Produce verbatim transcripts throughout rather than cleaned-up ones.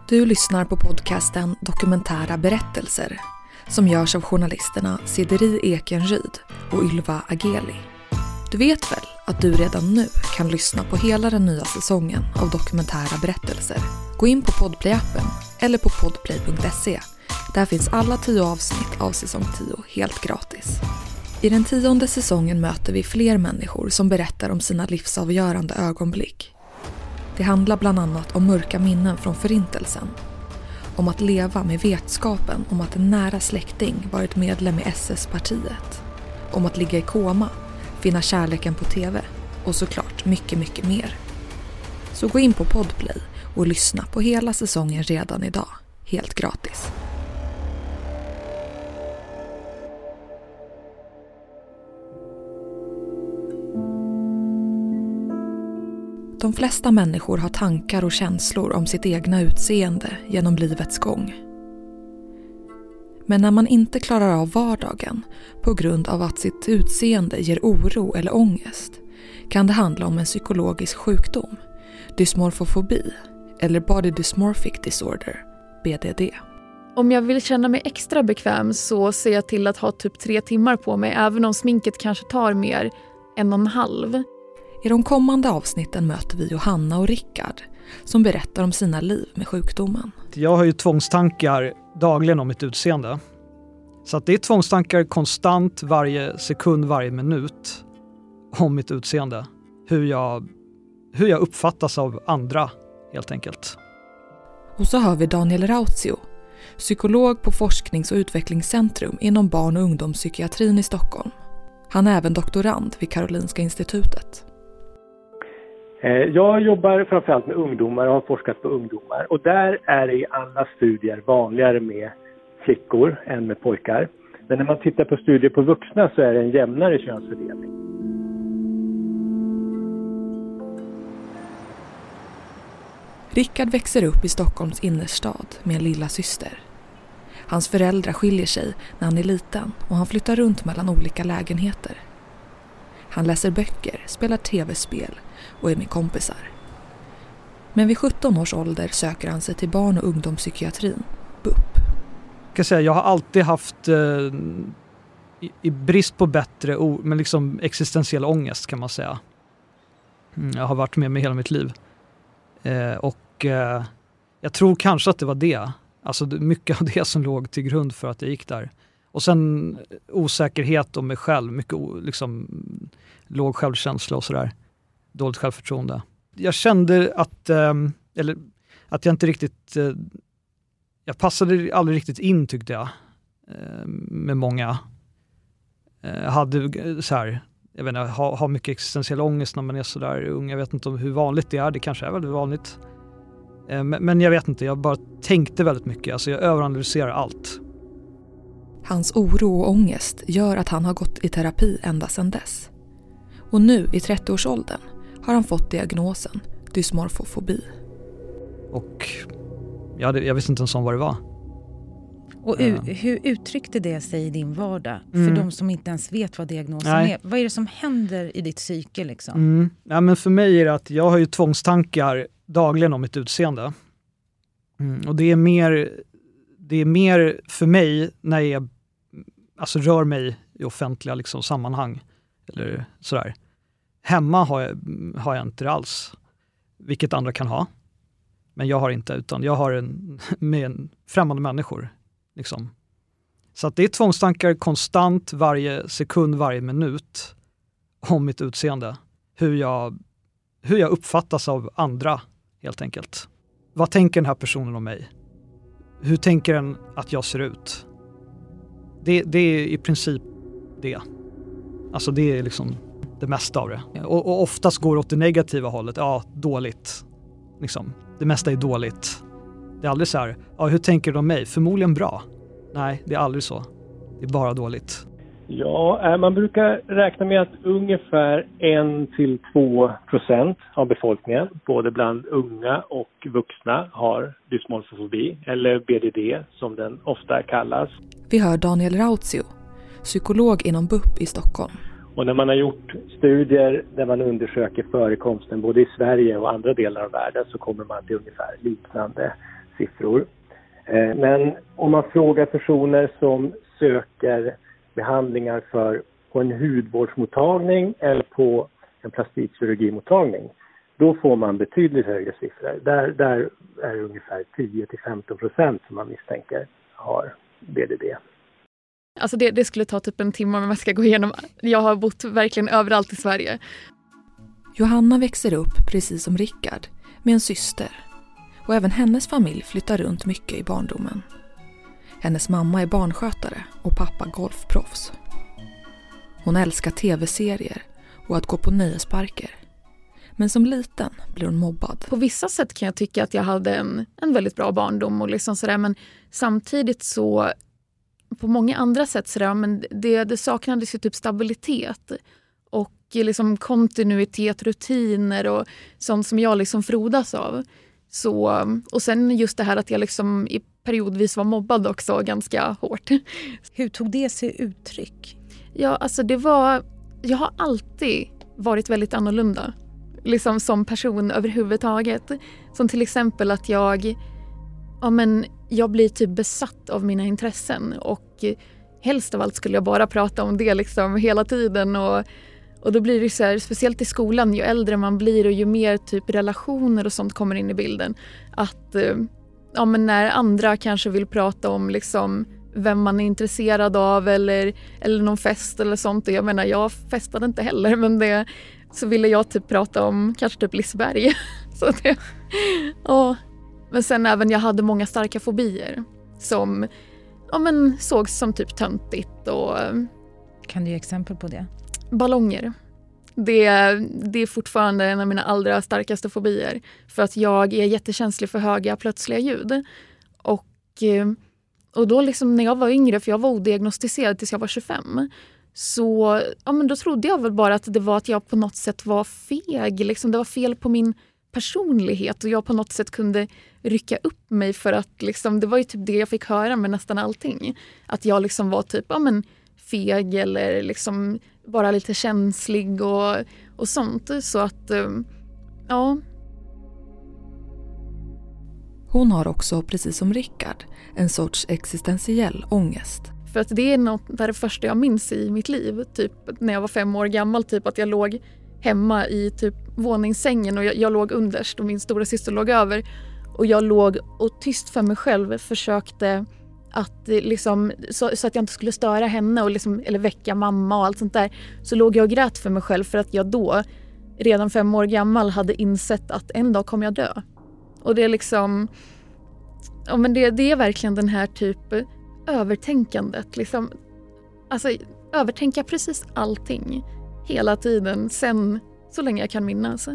Du lyssnar på podcasten Dokumentära berättelser som görs av journalisterna Sideri Ekenryd och Ylva Ageli. Du vet väl att du redan nu kan lyssna på hela den nya säsongen av Dokumentära berättelser. Gå in på Podplay-appen eller på podplay punkt se. Där finns alla tio avsnitt av säsong tio helt gratis. I den tionde säsongen möter vi fler människor som berättar om sina livsavgörande ögonblick. Det handlar bland annat om mörka minnen från förintelsen. Om att leva med vetskapen om att en nära släkting varit medlem i S S-partiet. Om att ligga i koma, finna kärleken på tv och såklart mycket, mycket mer. Så gå in på Podplay och lyssna på hela säsongen redan idag, helt gratis. De flesta människor har tankar och känslor om sitt egna utseende genom livets gång. Men när man inte klarar av vardagen på grund av att sitt utseende ger oro eller ångest kan det handla om en psykologisk sjukdom, dysmorfofobi eller body dysmorphic disorder, B D D. Om jag vill känna mig extra bekväm så ser jag till att ha typ tre timmar på mig, även om sminket kanske tar mer än en halv. I de kommande avsnitten möter vi Johanna och Rickard som berättar om sina liv med sjukdomen. Jag har ju tvångstankar dagligen om mitt utseende. Så att det är tvångstankar konstant varje sekund, varje minut om mitt utseende. Hur jag, hur jag uppfattas av andra helt enkelt. Och så har vi Daniel Rautio, psykolog på Forsknings- och utvecklingscentrum inom barn- och ungdomspsykiatrin i Stockholm. Han är även doktorand vid Karolinska institutet. Jag jobbar framförallt med ungdomar och har forskat på ungdomar. Och där är det i alla studier vanligare med flickor än med pojkar. Men när man tittar på studier på vuxna så är det en jämnare könsfördelning. Rickard växer upp i Stockholms innerstad med en lilla syster. Hans föräldrar skiljer sig när han är liten och han flyttar runt mellan olika lägenheter. Han läser böcker, spelar tv-spel och är med kompisar. Men vid sjutton års ålder söker han sig till barn- och ungdomspsykiatrin, B U P. Jag kan säga, jag har alltid haft, eh, i, i brist på bättre ord, men liksom existentiell ångest kan man säga. Mm, jag har varit med mig hela mitt liv. Eh, och eh, jag tror kanske att det var det. Alltså mycket av det som låg till grund för att jag gick där. Och sen osäkerhet om mig själv, mycket o, liksom, låg självkänsla och sådär. Dåligt självförtroende. Jag kände att, eh, eller, att jag inte riktigt, eh, jag passade aldrig riktigt in tyckte jag. Eh, med många. Jag eh, hade så här, jag vet inte, har, har mycket existentiell ångest när man är sådär ung. Jag vet inte om hur vanligt det är, det kanske är väldigt vanligt. Eh, men, men jag vet inte, jag bara tänkte väldigt mycket. Alltså jag överanalyserar allt. Hans oro och ångest gör att han har gått i terapi ända sedan dess. Och nu i trettioårsåldern har han fått diagnosen dysmorfofobi. Och ja, jag visste inte ens om vad det var. Och u- hur uttryckte det sig i din vardag? Mm. För de som inte ens vet vad diagnosen Nej. är. Vad är det som händer i ditt psyke liksom? Mm. Ja, men för mig är det att jag har ju tvångstankar dagligen om mitt utseende. Mm. Och det är mer det är mer för mig när jag alltså rör mig i offentliga liksom, sammanhang eller sådär. Hemma har jag, har jag inte det alls, vilket andra kan ha. Men jag har inte, utan jag har en med en främmande människor. Liksom. Så att det är tvångstankar konstant varje sekund, varje minut om mitt utseende. Hur jag, hur jag uppfattas av andra helt enkelt. Vad tänker den här personen om mig? Hur tänker den att jag ser ut? Det, det är i princip det. Alltså det är liksom det mesta av det. Och, och oftast går det åt det negativa hållet. Ja, dåligt. Liksom. Det mesta är dåligt. Det är aldrig så här, ja, hur tänker du om mig? Förmodligen bra. Nej, det är aldrig så. Det är bara dåligt. Ja, man brukar räkna med att ungefär en till två procent av befolkningen, både bland unga och vuxna, har dysmorfofobi, eller B D D som den ofta kallas. Vi hör Daniel Rautio, psykolog inom B U P i Stockholm. Och när man har gjort studier där man undersöker förekomsten både i Sverige och andra delar av världen så kommer man till ungefär liknande siffror. Men om man frågar personer som söker behandlingar för på en hudvårdsmottagning eller på en plastikkirurgimottagning, då får man betydligt högre siffror. Där, där är det ungefär tio till femton procent som man misstänker har B D D. Alltså det, det skulle ta typ en timme om man ska gå igenom. Jag har bott verkligen överallt i Sverige. Johanna växer upp precis som Rickard med en syster. Och även hennes familj flyttar runt mycket i barndomen. Hennes mamma är barnskötare och pappa golfproffs. Hon älskar tv-serier och att gå på nöjesparker. Men som liten blir hon mobbad. På vissa sätt kan jag tycka att jag hade en, en väldigt bra barndom och liksom sådär, men samtidigt så på många andra sätt sådär, men det, det saknades ju typ stabilitet och liksom kontinuitet, rutiner och sånt som jag liksom frodas av. Så, och sen just det här att jag liksom i periodvis var mobbad också ganska hårt. Hur tog det sig uttryck? Ja, alltså det var, jag har alltid varit väldigt annorlunda. Liksom som person överhuvudtaget. Som till exempel att jag, ja men jag blir typ besatt av mina intressen. Och helst av allt skulle jag bara prata om det liksom hela tiden. Och, och då blir det så här, speciellt i skolan, ju äldre man blir och ju mer typ relationer och sånt kommer in i bilden. Att ja men när andra kanske vill prata om liksom vem man är intresserad av eller, eller någon fest eller sånt. Och jag menar, jag festade inte heller, men det, så ville jag typ prata om kanske typ Liseberg. Så det, ja. Men sen även jag hade många starka fobier som ja, men sågs som typ töntigt. Och, kan du ge exempel på det? Ballonger. Det, det är fortfarande en av mina allra starkaste fobier. För att jag är jättekänslig för höga plötsliga ljud. Och... Och då liksom när jag var yngre, för jag var odiagnostiserad tills jag var tjugofem, så ja, men då trodde jag väl bara att det var att jag på något sätt var feg. Liksom, det var fel på min personlighet och jag på något sätt kunde rycka upp mig för att liksom, det var ju typ det jag fick höra med nästan allting. Att jag liksom var typ ja, men feg eller liksom bara lite känslig och, och sånt. Så att ja... Hon har också, precis som Rickard, en sorts existentiell ångest. För att det är något där det första jag minns i mitt liv. Typ när jag var fem år gammal, typ att jag låg hemma i typ våningssängen och jag, jag låg underst och min stora syster låg över. Och jag låg och tyst för mig själv försökte att liksom, så, så att jag inte skulle störa henne och liksom, eller väcka mamma och allt sånt där. Så låg jag och grät för mig själv för att jag då, redan fem år gammal, hade insett att en dag kommer jag dö. Och det är liksom, ja men det, det är verkligen den här typ övertänkandet. Liksom, alltså övertänka precis allting hela tiden, sen så länge jag kan minnas.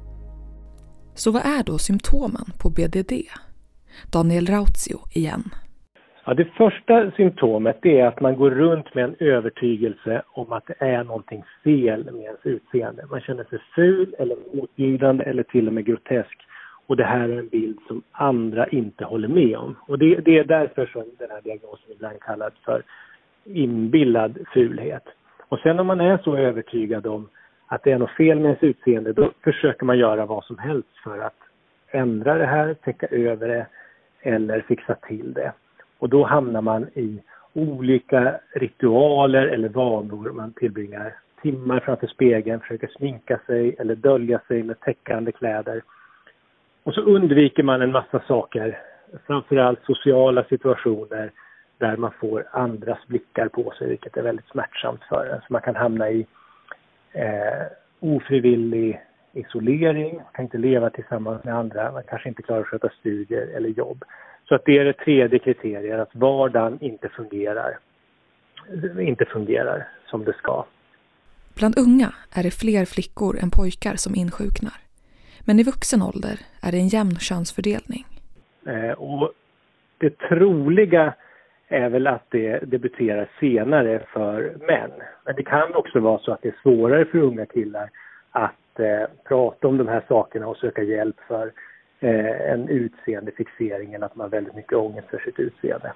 Så vad är då symptomen på B D D? Daniel Rautio igen. Ja, det första symptomet är att man går runt med en övertygelse om att det är någonting fel med ens utseende. Man känner sig ful eller motbjudande eller till och med grotesk. Och det här är en bild som andra inte håller med om. Och det, det är därför som den här diagnosen ibland kallas för inbillad fulhet. Och sen om man är så övertygad om att det är något fel med ens utseende, då försöker man göra vad som helst för att ändra det här, täcka över det eller fixa till det. Och då hamnar man i olika ritualer eller vanor. Man tillbringar timmar framför spegeln, försöker sminka sig eller dölja sig med täckande kläder. Och så undviker man en massa saker, framförallt sociala situationer där man får andras blickar på sig, vilket är väldigt smärtsamt för en. Så man kan hamna i eh, ofrivillig isolering, man kan inte leva tillsammans med andra, man kanske inte klarar att sköta studier eller jobb. Så att det är det tredje kriteriet, att vardagen inte fungerar, inte fungerar som det ska. Bland unga är det fler flickor än pojkar som insjuknar. Men i vuxen ålder är det en jämn könsfördelning. Eh, och det troliga är väl att det debuterar senare för män. Men det kan också vara så att det är svårare för unga killar att eh, prata om de här sakerna och söka hjälp för eh, en utseendefixering, eller att man har väldigt mycket ångest för sitt utseende.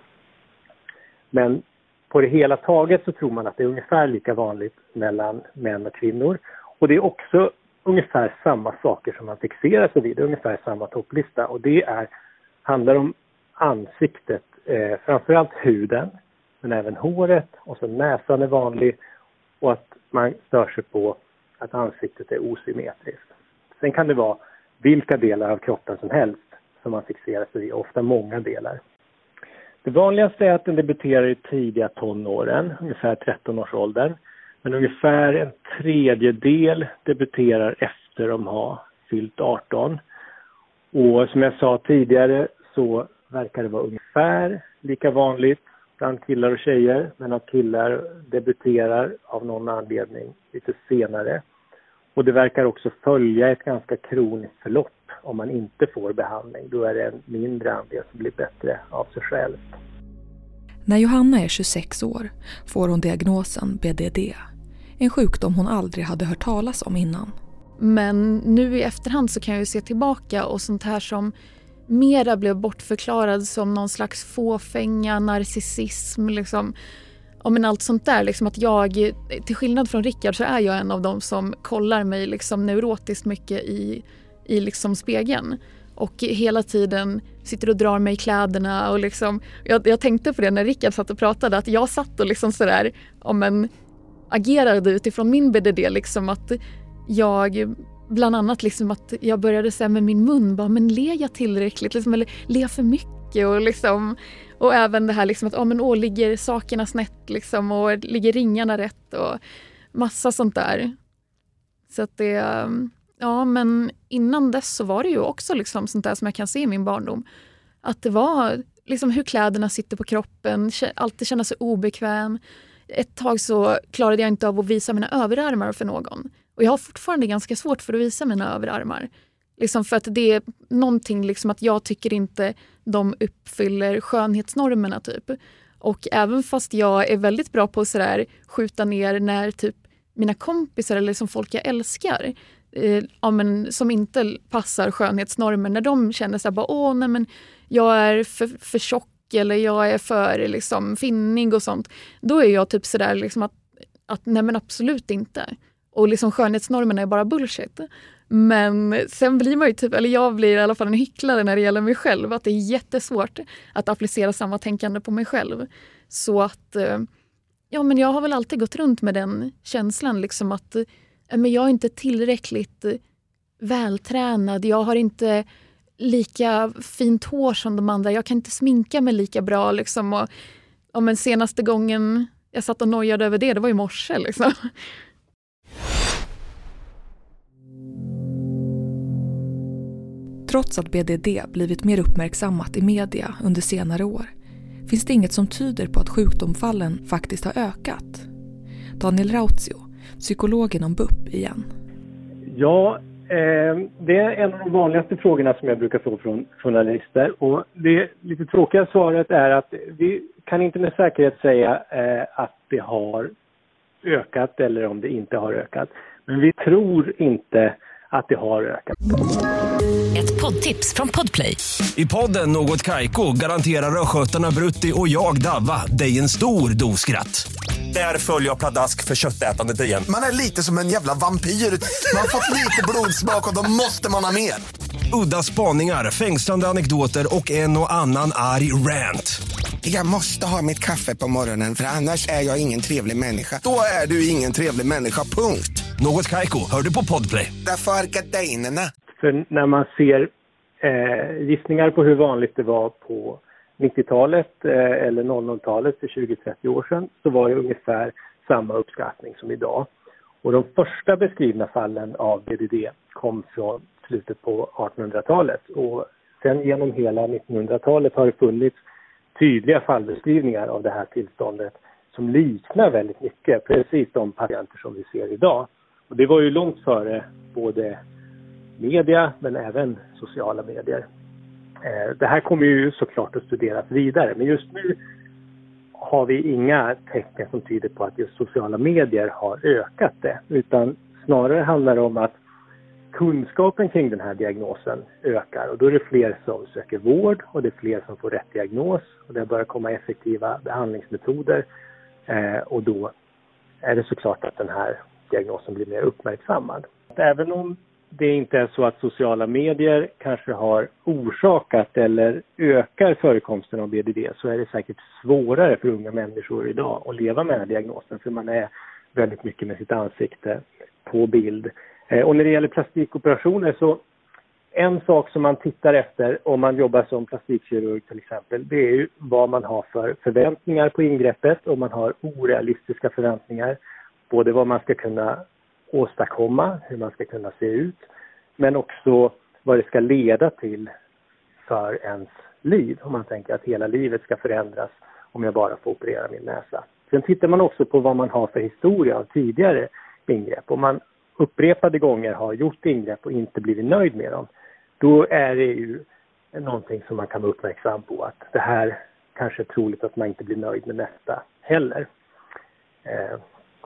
Men på det hela taget så tror man att det är ungefär lika vanligt mellan män och kvinnor. Och det är också ungefär samma saker som man fixerar sig vid, ungefär samma topplista. Och det är handlar om ansiktet, eh, framförallt huden, men även håret, och så näsan är vanlig, och att man stör sig på att ansiktet är osymmetriskt. Sen kan det vara vilka delar av kroppen som helst som man fixerar sig i, ofta många delar. Det vanligaste är att den debuterar i tidiga tonåren, ungefär tretton-årsåldern. Men ungefär en tredjedel debuterar efter de har fyllt arton. Och som jag sa tidigare så verkar det vara ungefär lika vanligt bland killar och tjejer. Men att killar debuterar av någon anledning lite senare. Och det verkar också följa ett ganska kroniskt förlopp. Om man inte får behandling, då är det en mindre andel som blir bättre av sig själv. När Johanna är tjugosex år får hon diagnosen B D D. En sjukdom hon aldrig hade hört talas om innan. Men nu i efterhand så kan jag ju se tillbaka och sånt här som mera blev bortförklarad som någon slags fåfänga, narcissism liksom. Ja, men allt sånt där, liksom att jag, till skillnad från Rickard så är jag en av dem som kollar mig liksom neurotiskt mycket i, i liksom spegeln. Och hela tiden sitter och drar mig i kläderna och liksom, jag, jag tänkte på det när Rickard satt och pratade, att jag satt och liksom sådär, om en agerade utifrån min B D D, liksom att jag bland annat liksom att jag började säga med min mun, bara, men ler jag tillräckligt liksom, eller ler för mycket, och liksom, och även det här liksom att ja, men, åh, ligger sakerna snett liksom, och ligger ringarna rätt och massa sånt där. Så att det, ja, men innan dess så var det ju också liksom sånt där som jag kan se i min barndom, att det var liksom hur kläderna sitter på kroppen, alltid känna sig obekväm. Ett tag så klarade jag inte av att visa mina överarmar för någon. Och jag har fortfarande ganska svårt för att visa mina överarmar. Liksom för att det är någonting liksom att jag tycker inte de uppfyller skönhetsnormerna typ. Och även fast jag är väldigt bra på att sådär skjuta ner när typ mina kompisar eller liksom folk jag älskar eh, ja, men, som inte passar skönhetsnormer, när de känner så här, bara, åh nej men jag är för, för tjock eller jag är för liksom finnig och sånt, då är jag typ sådär liksom att, att nej men absolut inte. Och liksom skönhetsnormerna är bara bullshit. Men sen blir man ju typ, eller jag blir i alla fall en hycklare när det gäller mig själv, att det är jättesvårt att applicera samma tänkande på mig själv. Så att ja, men jag har väl alltid gått runt med den känslan liksom att men jag är inte tillräckligt vältränad, jag har inte lika fint hår som de andra, jag kan inte sminka mig lika bra liksom. Och, ja, men senaste gången jag satt och nojade över det, det var i morse liksom. Trots att B D D blivit mer uppmärksammat i media under senare år finns det inget som tyder på att sjukdomsfallen faktiskt har ökat. Daniel Rautio, psykolog inom B U P igen. Ja, eh, det är en av de vanligaste frågorna som jag brukar få från journalister. Och det lite tråkiga svaret är att vi kan inte med säkerhet säga eh, att det har ökat eller om det inte har ökat. Men vi tror inte att det har ökat. Ett poddtips från Podplay. I podden Något Kaiko garanterar röskötarna Brutti och jag Davva dig en stor doskratt. Där följer jag pladask för köttätandet igen. Man är lite som en jävla vampyr. Man har fått lite blodsmak och då måste man ha mer. Udda spaningar, fängslande anekdoter och en och annan arg rant. Jag måste ha mitt kaffe på morgonen för annars är jag ingen trevlig människa. Då är du ingen trevlig människa, punkt. Något Kaiko, hör du på Podplay. Därför är gardinerna. För när man ser eh, gissningar på hur vanligt det var på nittiotalet eh, eller noll noll-talet för tjugo till trettio år sedan, så var det ungefär samma uppskattning som idag. Och de första beskrivna fallen av B D D kom från slutet på artonhundratalet. Och sen genom hela nittonhundratalet har det funnits tydliga fallbeskrivningar av det här tillståndet som liknar väldigt mycket precis de patienter som vi ser idag. Och det var ju långt före både media men även sociala medier. Det här kommer ju såklart att studeras vidare, men just nu har vi inga tecken som tyder på att just sociala medier har ökat det. Utan snarare handlar det om att kunskapen kring den här diagnosen ökar. Och då är det fler som söker vård och det är fler som får rätt diagnos. Och det börjar komma effektiva behandlingsmetoder. Eh, och då är det såklart att den här diagnosen blir mer uppmärksammad. Även om det inte är så att sociala medier kanske har orsakat eller ökar förekomsten av B D D, så är det säkert svårare för unga människor idag att leva med den här diagnosen, för man är väldigt mycket med sitt ansikte på bild. Och när det gäller plastikoperationer, så en sak som man tittar efter om man jobbar som plastikkirurg till exempel, det är ju vad man har för förväntningar på ingreppet, om man har orealistiska förväntningar, både vad man ska kunna åstadkomma, hur man ska kunna se ut, men också vad det ska leda till för ens liv. Om man tänker att hela livet ska förändras om jag bara får operera min näsa. Sen tittar man också på vad man har för historia av tidigare ingrepp. Om man upprepade gånger har gjort ingrepp och inte blivit nöjd med dem, då är det ju någonting som man kan vara uppmärksam på, att det här kanske är troligt att man inte blir nöjd med nästa heller. Eh.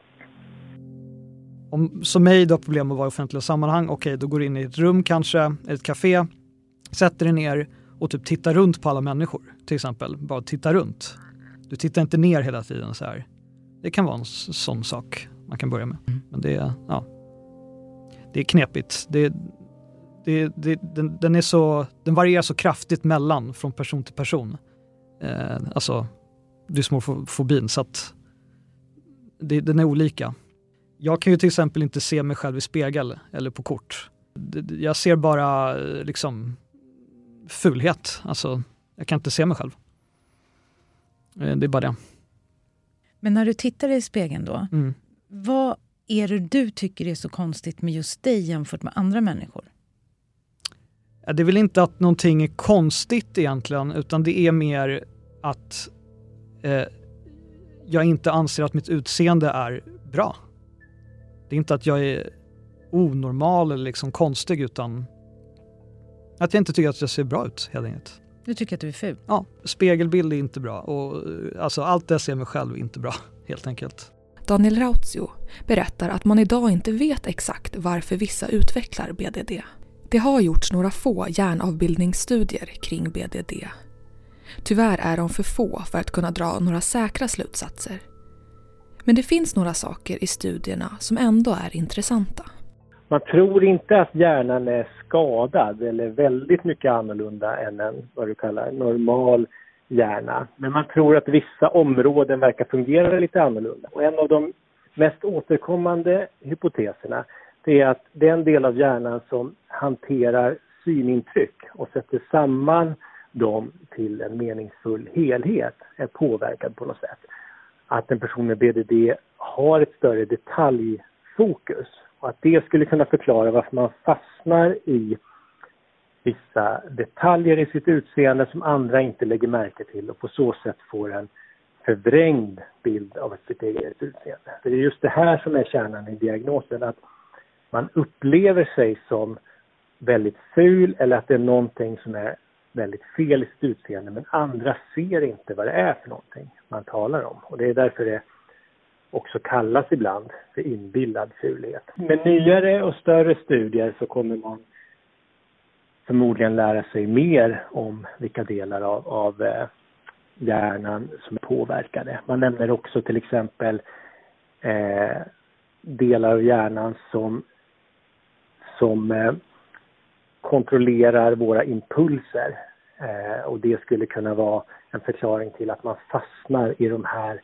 Om som mig då problem att vara i offentliga sammanhang, okej, okay, då går du in i ett rum kanske, ett café, sätter dig ner och typ tittar runt på alla människor till exempel. Bara titta runt. Du tittar inte ner hela tiden så här. Det kan vara en sån sak man kan börja med. Men det är, ja, det är knepigt. Det, det, det, den, den, är så, den varierar så kraftigt mellan från person till person. Eh, alltså dysmorfobin, så att det, den är olika. Jag kan ju till exempel inte se mig själv i spegel eller på kort. Jag ser bara liksom fulhet. Alltså, jag kan inte se mig själv. Det är bara det. Men när du tittar i spegeln då, mm. vad är det du tycker är så konstigt med just dig jämfört med andra människor? Det är väl inte att någonting är konstigt egentligen, utan det är mer att eh, jag inte anser att mitt utseende är bra. Det är inte att jag är onormal eller liksom konstig, utan att jag inte tycker att jag ser bra ut helt enkelt. Du tycker att du är ful? Ja, spegelbild är inte bra. Och, alltså, allt det jag ser mig själv är inte bra, helt enkelt. Daniel Rautio berättar att man idag inte vet exakt varför vissa utvecklar B D D. Det har gjorts några få hjärnavbildningsstudier kring B D D. Tyvärr är de för få för att kunna dra några säkra slutsatser. Men det finns några saker i studierna som ändå är intressanta. Man tror inte att hjärnan är skadad eller väldigt mycket annorlunda än en, vad du kallar, normal hjärna. Men man tror att vissa områden verkar fungera lite annorlunda. Och en av de mest återkommande hypoteserna, det är att den del av hjärnan som hanterar synintryck och sätter samman dem till en meningsfull helhet är påverkad på något sätt. Att en person med B D D har ett större detaljfokus. Och att det skulle kunna förklara varför man fastnar i vissa detaljer i sitt utseende som andra inte lägger märke till, och på så sätt får en förvrängd bild av sitt eget utseende. Det är just det här som är kärnan i diagnosen, att man upplever sig som väldigt ful eller att det är någonting som är väldigt fel i sitt utseende, men andra ser inte vad det är för någonting man talar om. Och det är därför det också kallas ibland för inbillad fulhet. Med nyare och större studier så kommer man förmodligen lära sig mer om vilka delar av, av eh, hjärnan som är påverkade. Man nämner också till exempel eh, delar av hjärnan som, som eh, kontrollerar våra impulser. Eh, och det skulle kunna vara en förklaring till att man fastnar i de här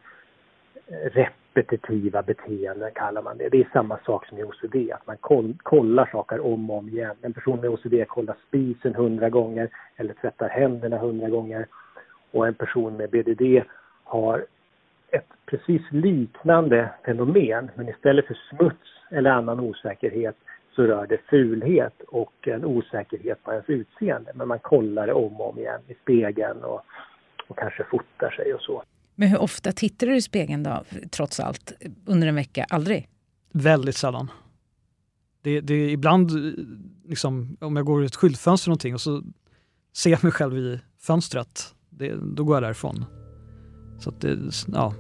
repetitiva beteenden, kallar man det. Det är samma sak som i O C D, att man kollar saker om och om igen. En person med O C D kollar spisen hundra gånger eller tvättar händerna hundra gånger. Och en person med B D D har ett precis liknande fenomen, men istället för smuts eller annan osäkerhet så rör det fulhet och en osäkerhet på ens utseende. Men man kollar det om och om igen i spegeln och, och kanske fotar sig och så. Men hur ofta tittar du i spegeln då, trots allt, under en vecka? Aldrig? Väldigt sällan. Det, det är ibland, liksom, om jag går i ett skyltfönster någonting och så ser jag mig själv i fönstret, det, då går jag därifrån. Så att det, ja.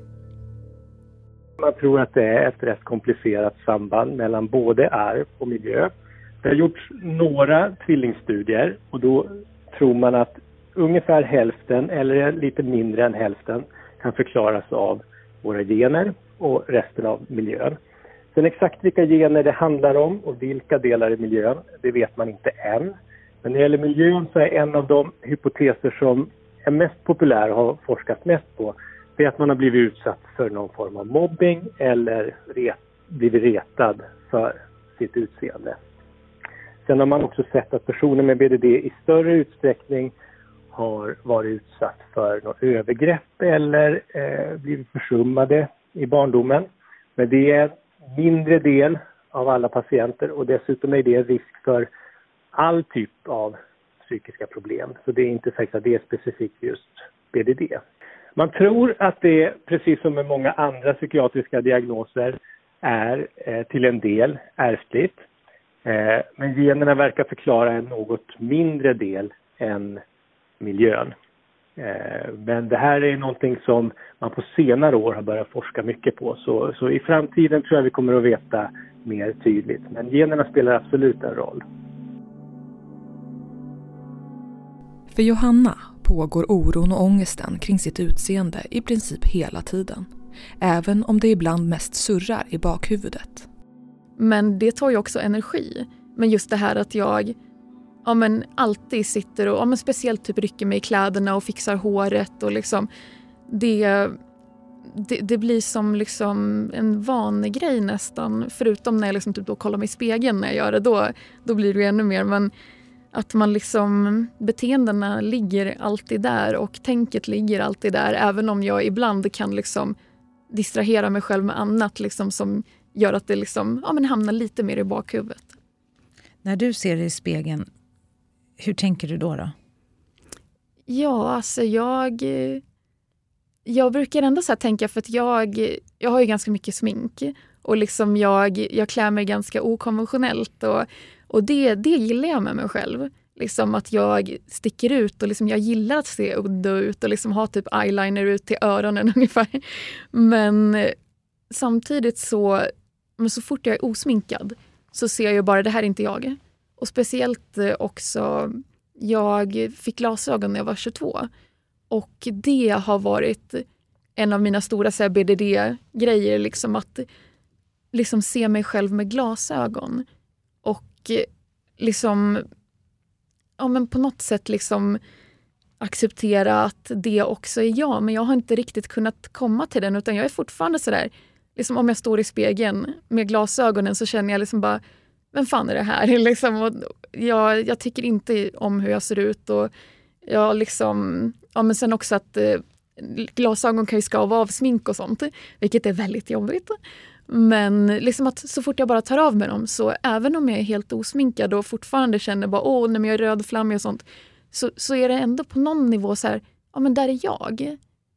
Man tror att det är ett rätt komplicerat samband mellan både arv och miljö. Det har gjorts några tvillingstudier och då tror man att ungefär hälften eller lite mindre än hälften kan förklaras av våra gener och resten av miljön. Sen exakt vilka gener det handlar om och vilka delar i miljön, det vet man inte än. Men när det gäller miljön så är en av de hypoteser som är mest populär och har forskats mest på, det är att man har blivit utsatt för någon form av mobbing eller ret, blivit retad för sitt utseende. Sen har man också sett att personer med B D D i större utsträckning har varit utsatt för något övergrepp eller eh, blivit försummade i barndomen. Men det är en mindre del av alla patienter och dessutom är det en risk för all typ av psykiska problem. Så det är inte säkert att det är specifikt just B D D. Man tror att det, precis som med många andra psykiatriska diagnoser, är eh, till en del ärftligt. Eh, men generna verkar förklara en något mindre del än miljön. Eh, men det här är någonting som man på senare år har börjat forska mycket på. Så, så i framtiden tror jag vi kommer att veta mer tydligt. Men generna spelar absolut en roll. För Johanna pågår oron och ångesten kring sitt utseende i princip hela tiden. Även om det ibland mest surrar i bakhuvudet. Men det tar ju också energi. Men just det här att jag ja, men alltid sitter och ja, men speciellt typ rycker mig i kläderna och fixar håret. Och liksom, det, det, det blir som liksom en vanegrej nästan. Förutom när jag liksom typ då kollar mig i spegeln när jag gör det. Då, då blir det ju ännu mer. Men att man liksom, beteendena ligger alltid där och tänket ligger alltid där. Även om jag ibland kan liksom distrahera mig själv med annat liksom, som gör att det liksom, ja, men hamnar lite mer i bakhuvudet. När du ser dig i spegeln, hur tänker du då då? Ja, alltså jag... Jag brukar ändå så här tänka för att jag, jag har ju ganska mycket smink. Och liksom jag, jag klär mig ganska okonventionellt och Och det, det gillar jag med mig själv. Liksom att jag sticker ut och liksom jag gillar att se udda ut och liksom ha typ eyeliner ut till öronen ungefär. Men samtidigt så, men så fort jag är osminkad så ser jag bara det här är inte jag. Och speciellt också, jag fick glasögon när jag var tjugotvå. Och det har varit en av mina stora så här, B D D-grejer. Liksom att liksom se mig själv med glasögon. Och liksom, ja men på något sätt liksom acceptera att det också är jag. Men jag har inte riktigt kunnat komma till den utan jag är fortfarande sådär, liksom om jag står i spegeln med glasögonen så känner jag liksom bara, vem fan är det här? Liksom, och jag, jag tycker inte om hur jag ser ut och jag liksom, ja men sen också att eh, glasögon kan ju skava av smink och sånt, vilket är väldigt jobbigt. Men liksom att så fort jag bara tar av med dem så även om jag är helt osminkad och fortfarande känner bara åh när jag är röd, flammig och sånt så, så är det ändå på någon nivå så här, ja men där är jag.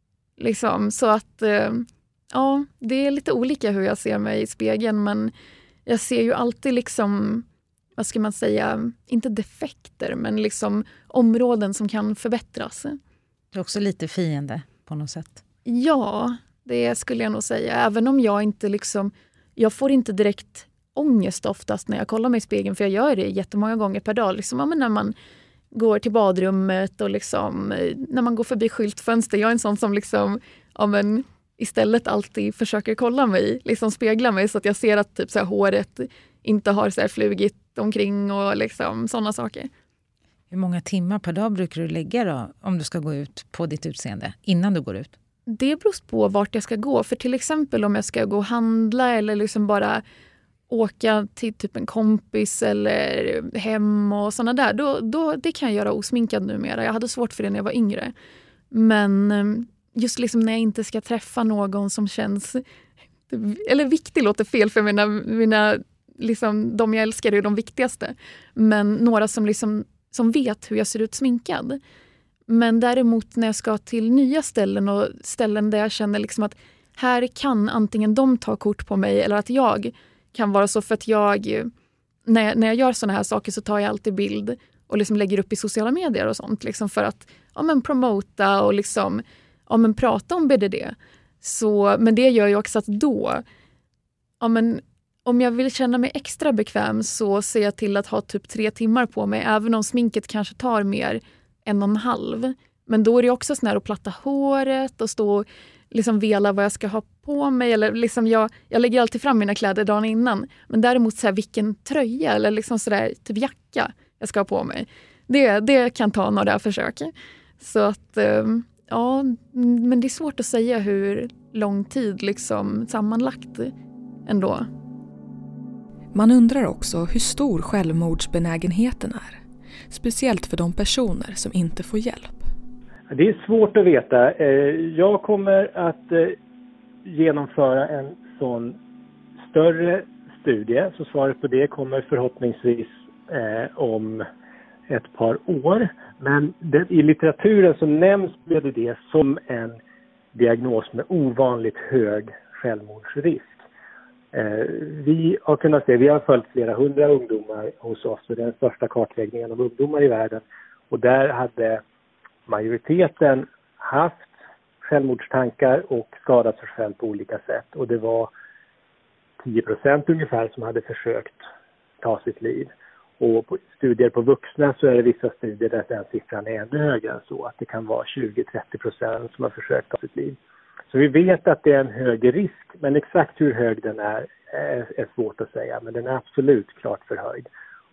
Liksom så att eh, ja, det är lite olika hur jag ser mig i spegeln men jag ser ju alltid liksom, vad ska man säga, inte defekter men liksom områden som kan förbättras. Det är också lite fiende på något sätt. Ja, det skulle jag nog säga. Även om jag inte liksom, jag får inte direkt ångest oftast när jag kollar mig i spegeln. För jag gör det jättemånga gånger per dag. Liksom, ja, men när man går till badrummet och liksom, när man går förbi skyltfönster. Jag är en sån som liksom, ja, men istället alltid försöker kolla mig, liksom spegla mig så att jag ser att typ, så här, håret inte har så här, flugit omkring och liksom, sådana saker. Hur många timmar per dag brukar du lägga då om du ska gå ut på ditt utseende innan du går ut? Det beror på vart jag ska gå. För till exempel om jag ska gå och handla eller liksom bara åka till typ en kompis eller hem och sådana där. Då, då, det kan jag göra osminkad numera. Jag hade svårt för det när jag var yngre. Men just liksom när jag inte ska träffa någon som känns... Eller viktig låter fel för mina, mina liksom, de jag älskar är de viktigaste. Men några som, liksom, som vet hur jag ser ut sminkad. Men däremot när jag ska till nya ställen och ställen där jag känner liksom att här kan antingen de ta kort på mig eller att jag kan vara så för att jag, när jag, när jag gör såna här saker så tar jag alltid bild och liksom lägger upp i sociala medier och sånt liksom för att ja, men promota och liksom, ja, men prata om B D D. Så, men det gör ju också att då, ja, men om jag vill känna mig extra bekväm så ser jag till att ha typ tre timmar på mig även om sminket kanske tar mer en och en halv. Men då är det också sån här att platta håret och stå och liksom vela vad jag ska ha på mig. Eller liksom jag, jag lägger alltid fram mina kläder dagen innan. Men däremot så här, vilken tröja eller liksom så där, typ jacka jag ska ha på mig. Det, det kan ta några försök. Så att, ja, men det är svårt att säga hur lång tid liksom sammanlagt ändå. Man undrar också hur stor självmordsbenägenheten är. Speciellt för de personer som inte får hjälp. Det är svårt att veta. Jag kommer att genomföra en sån större studie. Så svaret på det kommer förhoppningsvis om ett par år. Men i litteraturen så nämns B D D som en diagnos med ovanligt hög självmordsrisk. Vi har kunnat se, vi har följt flera hundra ungdomar hos oss, och det är den största kartläggningen av ungdomar i världen. Och där hade majoriteten haft självmordstankar och skadat sig själv på olika sätt. Och det var tio procent ungefär som hade försökt ta sitt liv. Och på studier på vuxna så är det vissa studier där den siffran är ännu högre än så. Att det kan vara tjugo till trettio procent som har försökt ta sitt liv. Så vi vet att det är en hög risk, men exakt hur hög den är är, är svårt att säga. Men den är absolut klart förhöjd.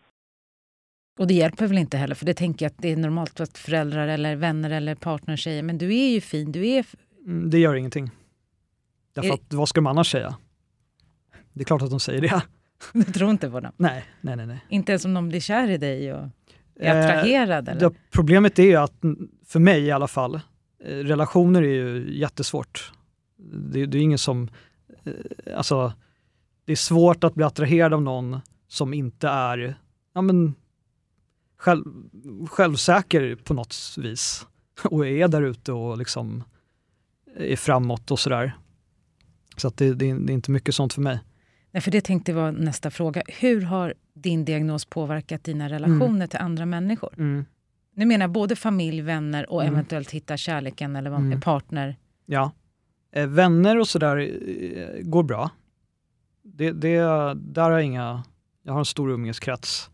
Och det hjälper väl inte heller, för det tänker jag att det är normalt att föräldrar eller vänner eller partner säger, men du är ju fin, du är... Mm, det gör ingenting. Därför att, vad ska man annars säga? Det är klart att de säger det. Du tror inte på dem? Nej, nej, nej. nej. Inte ens om de blir kär i dig och är attraherad? Eh, eller? Det, problemet är ju att, för mig i alla fall, relationer är ju jättesvårt. Det, det är ingen som... Alltså, det är svårt att bli attraherad av någon som inte är... Ja, men... Själv, självsäker på något vis och är där ute och liksom är framåt och sådär. Så att det, det, det är inte mycket sånt för mig. Nej, för det tänkte vara nästa fråga. Hur har din diagnos påverkat dina relationer mm. till andra människor? Mm. Nu menar jag både familj, vänner och mm. eventuellt hitta kärleken eller mm. en partner. Ja, eh, vänner och sådär eh, går bra. Det, det, där har jag inga... Jag har en stor umgängeskrets.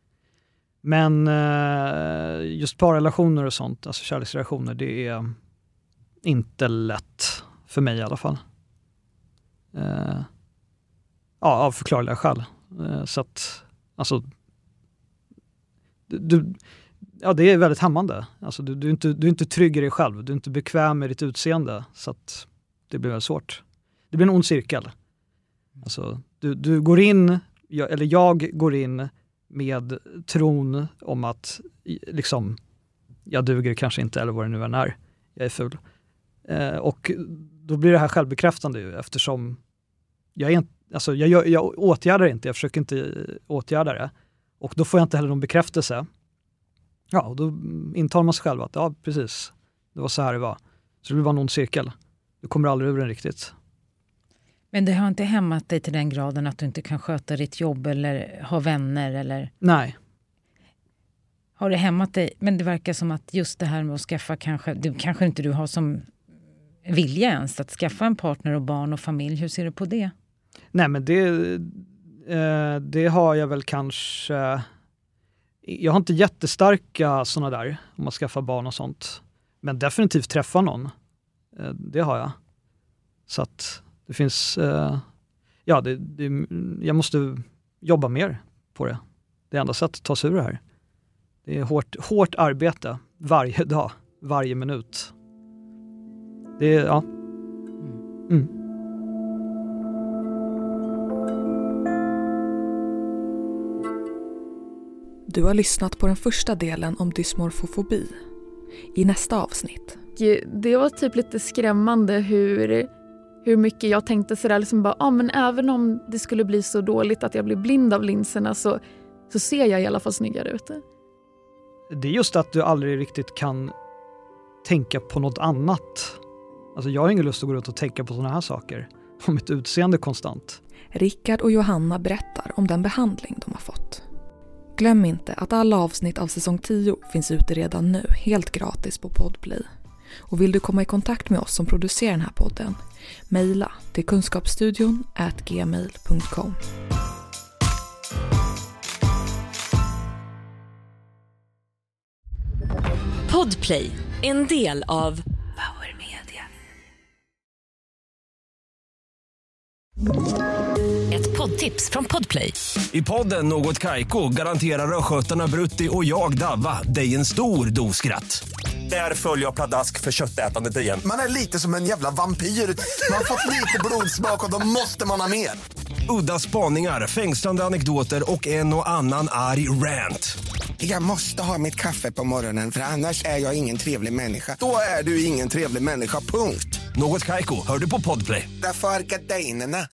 Men eh, just parrelationer och sånt, alltså kärleksrelationer, det är inte lätt för mig i alla fall. Eh, ja, av förklarliga skäl. Eh, så att, alltså, du, ja, det är väldigt hämmande. Alltså, du, du, är inte, du är inte trygg i dig själv, du är inte bekväm med ditt utseende, så att det blir väldigt svårt. Det blir en ond cirkel. Alltså, du, du går in, jag, eller jag går in med tron om att liksom, jag duger kanske inte, eller vad det nu än är. Jag är ful. Eh, och då blir det här självbekräftande ju, eftersom jag, är, alltså, jag, jag, jag åtgärdar inte, jag försöker inte åtgärda det. Och då får jag inte heller någon bekräftelse. Ja, och då intar man sig själv att ja, precis, det var så här det var. Så det blir bara någon cirkel. Du kommer aldrig ur den riktigt. Men det har inte hämmat dig till den graden att du inte kan sköta ditt jobb eller ha vänner? Eller... Nej. Har det hämmat dig? Men det verkar som att just det här med att skaffa kanske... Du, kanske inte du har som vilja ens att skaffa en partner och barn och familj. Hur ser du på det? Nej, men det, eh, det har jag väl kanske... Jag har inte jättestarka sådana där om man skaffar barn och sånt. Men definitivt träffa någon. Eh, det har jag. Så att... Det finns, eh, ja, det, det, jag måste jobba mer på det. Det är enda sättet att ta sig ur det här. Det är hårt, hårt arbete varje dag, varje minut. Det är, ja. Mm. Du har lyssnat på den första delen om dysmorfofobi. I nästa avsnitt. Det var typ lite skrämmande hur... Hur mycket jag tänkte sådär liksom bara, ja ah, men även om det skulle bli så dåligt att jag blir blind av linserna så, så ser jag i alla fall snyggare ut. Det är just att du aldrig riktigt kan tänka på något annat. Alltså jag har ingen lust att gå runt och tänka på sådana här saker. Om mitt utseende konstant. Rickard och Johanna berättar om den behandling de har fått. Glöm inte att alla avsnitt av säsong tio finns ute redan nu, helt gratis på Podplay. Och vill du komma i kontakt med oss som producerar den här podden, mejla till kunskapsstudion at gmail punkt com. Podplay, en del av Ett poddtips från Podplay. I podden Något Kaiko garanterar östgötarna Brutti och jag Davva dig en stor dos skratt. Där följer jag pladask för köttätandet igen. Man är lite som en jävla vampyr. Man har fått lite blodsmak och då måste man ha mer. Udda spaningar, fängslande anekdoter och en och annan arg rant. Jag måste ha mitt kaffe på morgonen för annars är jag ingen trevlig människa. Då är du ingen trevlig människa, punkt. Något Kaiko, hör du på Podplay. Därför är gardinerna.